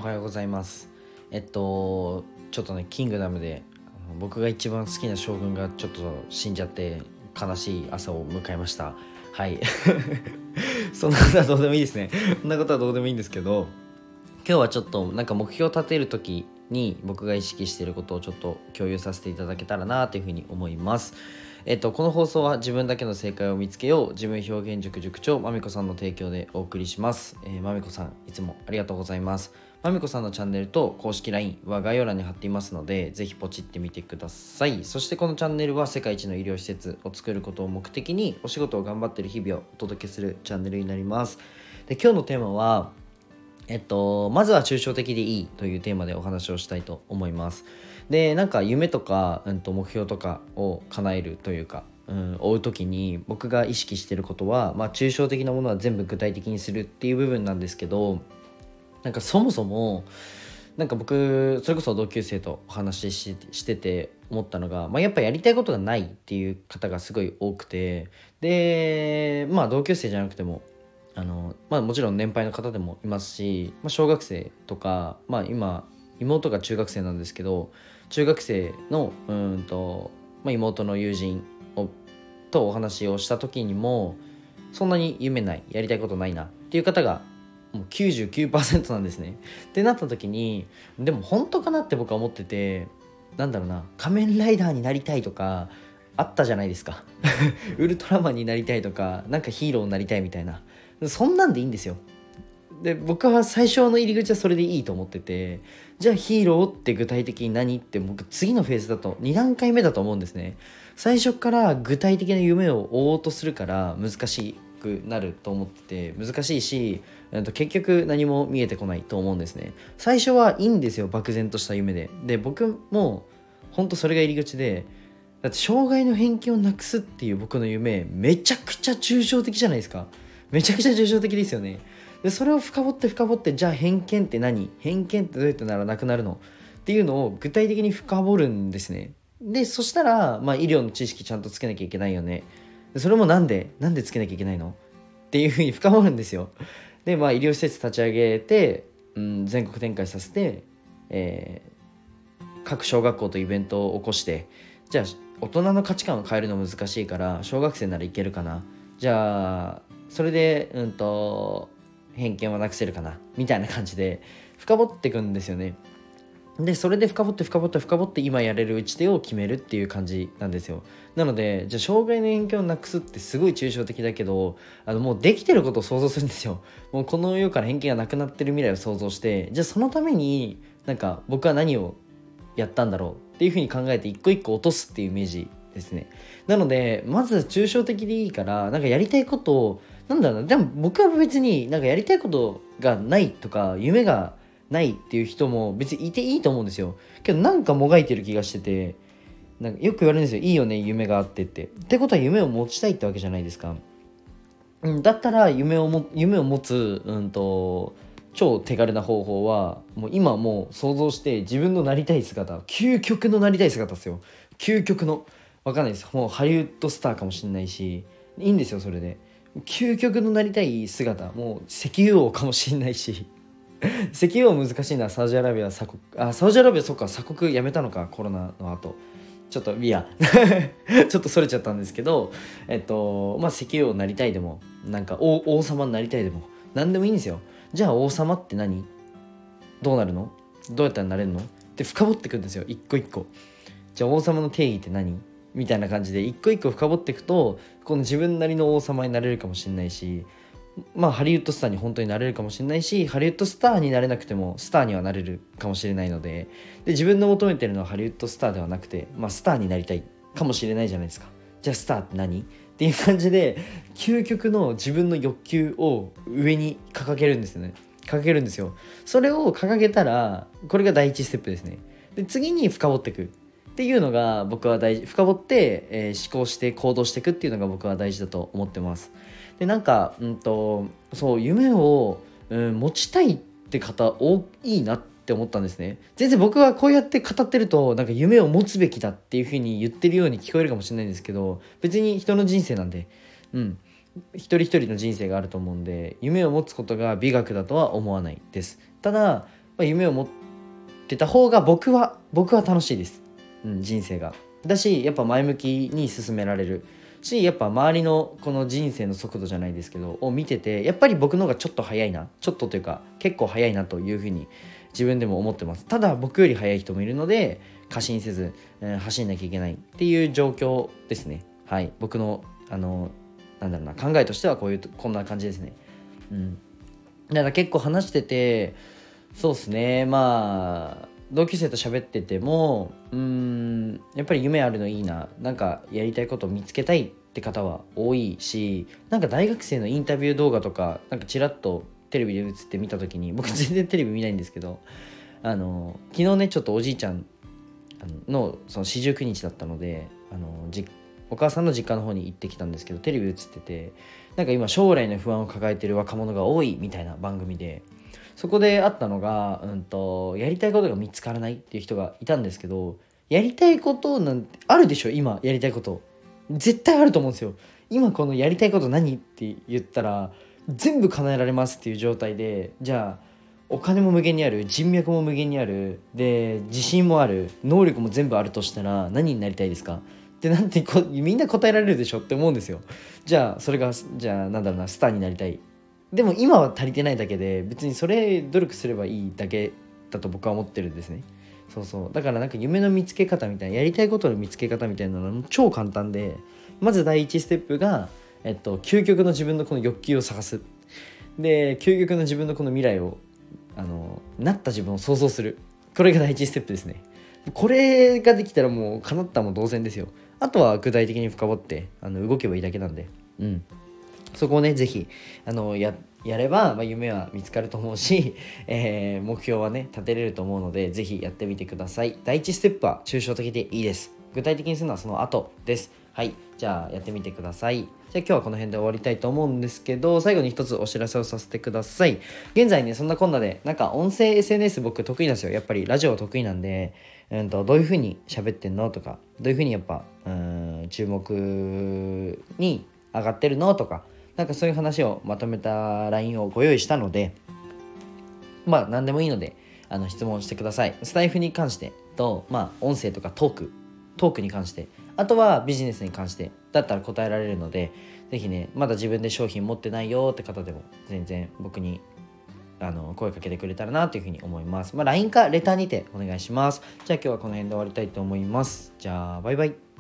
おはようございます。ちょっとね、キングダムで僕が一番好きな将軍がちょっと死んじゃって悲しい朝を迎えました。はいそんなことはどうでもいいですね。そんなことはどうでもいいんですけど、今日はちょっとなんか目標を立てる時に僕が意識していることをちょっと共有させていただけたらなというふうに思います。この放送は自分だけの正解を見つけよう自分表現塾塾長まみこさんの提供でお送りします。まみこさんいつもありがとうございます。まみこさんのチャンネルと公式 LINE は概要欄に貼っていますので、ぜひポチってみてください。そしてこのチャンネルは世界一の医療施設を作ることを目的にお仕事を頑張っている日々をお届けするチャンネルになります。で、今日のテーマはまずは抽象的でいいというテーマでお話をしたいと思います。で、なんか夢とか、目標とかを叶えるというか、追う時に僕が意識していることは、抽象的なものは全部具体的にするっていう部分なんですけど、なんかそもそもなんか僕それこそ同級生とお話ししてて思ったのが、やっぱやりたいことがないっていう方がすごい多くて、で同級生じゃなくてももちろん年配の方でもいますし、小学生とか、今妹が中学生なんですけど、中学生の妹の友人とお話をした時にも、そんなに夢ない、やりたいことないなっていう方がもう 99% なんですね。ってなった時に、でも本当かなって僕は思ってて、なんだろうな、仮面ライダーになりたいとかあったじゃないですかウルトラマンになりたいとか、なんかヒーローになりたいみたいな、そんなんでいいんですよ。で、僕は最初の入り口はそれでいいと思ってて、じゃあヒーローって具体的に何って僕次のフェーズだと2段階目だと思うんですね。最初から具体的な夢を追おうとするから難しくなると思ってて、難しいし、結局何も見えてこないと思うんですね。最初はいいんですよ、漠然とした夢で。で、僕も本当それが入り口で、だって障害の偏見をなくすっていう僕の夢、めちゃくちゃ抽象的じゃないですか。めちゃくちゃ抽象的ですよね。で、それを深掘ってじゃあ偏見って何、偏見ってどうやってならなくなるのっていうのを具体的に深掘るんですね。で、そしたら、医療の知識ちゃんとつけなきゃいけないよね。それもなんでつけなきゃいけないのっていうふうに深掘るんですよ。で、医療施設立ち上げて、全国展開させて、各小学校とイベントを起こして、じゃあ大人の価値観を変えるの難しいから小学生ならいけるかな、じゃあそれで偏見はなくせるかなみたいな感じで深掘っていくんですよね。で、それで深掘って今やれる打ち手を決めるっていう感じなんですよ。なので、じゃあ障害の偏見をなくすってすごい抽象的だけど、もうできてることを想像するんですよ。もうこの世から偏見がなくなってる未来を想像して、じゃあそのためになんか僕は何をやったんだろうっていうふうに考えて一個一個落とすっていうイメージですね。なので、まず抽象的でいいから、なんかやりたいことを、なんだろうな、でも僕は別になんかやりたいことがないとか夢がないっていう人も別にいていいと思うんですよ。けどなんかもがいてる気がしてて、なんかよく言われるんですよ。いいよね、夢があってって。ってことは夢を持ちたいってわけじゃないですか。だったら夢を持つ、超手軽な方法は、もう今もう想像して自分のなりたい姿、究極のなりたい姿ですよ。究極の。わかんないです。もうハリウッドスターかもしれないし、いいんですよ、それで。究極のなりたい姿、もう石油王かもしれないし。石油王難しいな。サウジアラビア鎖国、サウジアラビアそっか、鎖国やめたのか、コロナの後。ちょっといやちょっとそれちゃったんですけど、石油王になりたいでも、なんか王様になりたいでも、何でもいいんですよ。じゃあ王様って何、どうなるの、どうやったらなれるのって深掘っていくんですよ、一個一個。じゃあ王様の定義って何みたいな感じで一個一個深掘っていくと、この自分なりの王様になれるかもしれないし、ハリウッドスターに本当になれるかもしれないし、ハリウッドスターになれなくてもスターにはなれるかもしれないので、自分の求めてるのはハリウッドスターではなくて、スターになりたいかもしれないじゃないですか。じゃあスターって何っていう感じで、究極の自分の欲求を上に掲げるんですよね。掲げるんですよ。それを掲げたら、これが第一ステップですね。で、次に深掘っていくっていうのが僕は大事。深掘って、思考して行動していくっていうのが僕は大事だと思ってます。で、なんかそう夢を、持ちたいって方多いなって思ったんですね。全然僕はこうやって語ってるとなんか夢を持つべきだっていう風に言ってるように聞こえるかもしれないんですけど、別に人の人生なんで、一人一人の人生があると思うんで、夢を持つことが美学だとは思わないです。ただ夢を持ってた方が僕は楽しいです、人生が。だしやっぱ前向きに進められるし、やっぱ周りのこの人生の速度じゃないですけどを見てて、やっぱり僕の方がちょっと早いな、ちょっとというか結構早いなというふうに自分でも思ってます。ただ僕より早い人もいるので過信せず、走んなきゃいけないっていう状況ですね。はい、僕のなんだろうな、考えとしてはこんな感じですね。だから結構話してて、そうですね、同級生と喋っててもやっぱり夢あるのいいな、なんかやりたいことを見つけたいって方は多いし、なんか大学生のインタビュー動画とかなんかちらっとテレビで映って見た時に、僕全然テレビ見ないんですけど、昨日ねちょっとおじいちゃんのその四十九日だったのでお母さんの実家の方に行ってきたんですけど、テレビ映ってて、なんか今将来の不安を抱えている若者が多いみたいな番組で、そこであったのが、やりたいことが見つからないっていう人がいたんですけど、やりたいことなんてあるでしょ。今やりたいこと絶対あると思うんですよ。今このやりたいこと何って言ったら全部叶えられますっていう状態で、じゃあお金も無限にある、人脈も無限にある、で自信もある、能力も全部あるとしたら何になりたいですかってなんてみんな答えられるでしょって思うんですよ。じゃあそれがなんだろうな、スターになりたい。でも今は足りてないだけで、別にそれ努力すればいいだけだと僕は思ってるんですね。そうだからなんか夢の見つけ方みたいな、やりたいことの見つけ方みたいなのは超簡単で、まず第一ステップが、究極の自分のこの欲求を探す。で究極の自分のこの未来をなった自分を想像する。これが第一ステップですね。これができたらもう叶ったも同然ですよ。あとは具体的に深掘って動けばいいだけなんで、そこをねぜひやれば、夢は見つかると思うし、目標はね立てれると思うので、ぜひやってみてください。第一ステップは抽象的でいいです。具体的にするのはその後です。はい、じゃあやってみてください。じゃあ今日はこの辺で終わりたいと思うんですけど、最後に一つお知らせをさせてください。現在ねそんなこんなでなんか音声 SNS 僕得意なんですよ。やっぱりラジオ得意なんで、どういう風に喋ってんのとか、どういう風にやっぱ注目に上がってるのとか、なんかそういう話をまとめた LINE をご用意したので、何でもいいので質問してください。スタイフに関してと、音声とかトークに関して、あとはビジネスに関してだったら答えられるので、ぜひねまだ自分で商品持ってないよって方でも全然僕に声かけてくれたらなというふうに思います。LINE かレターにてお願いします。じゃあ今日はこの辺で終わりたいと思います。じゃあバイバイ。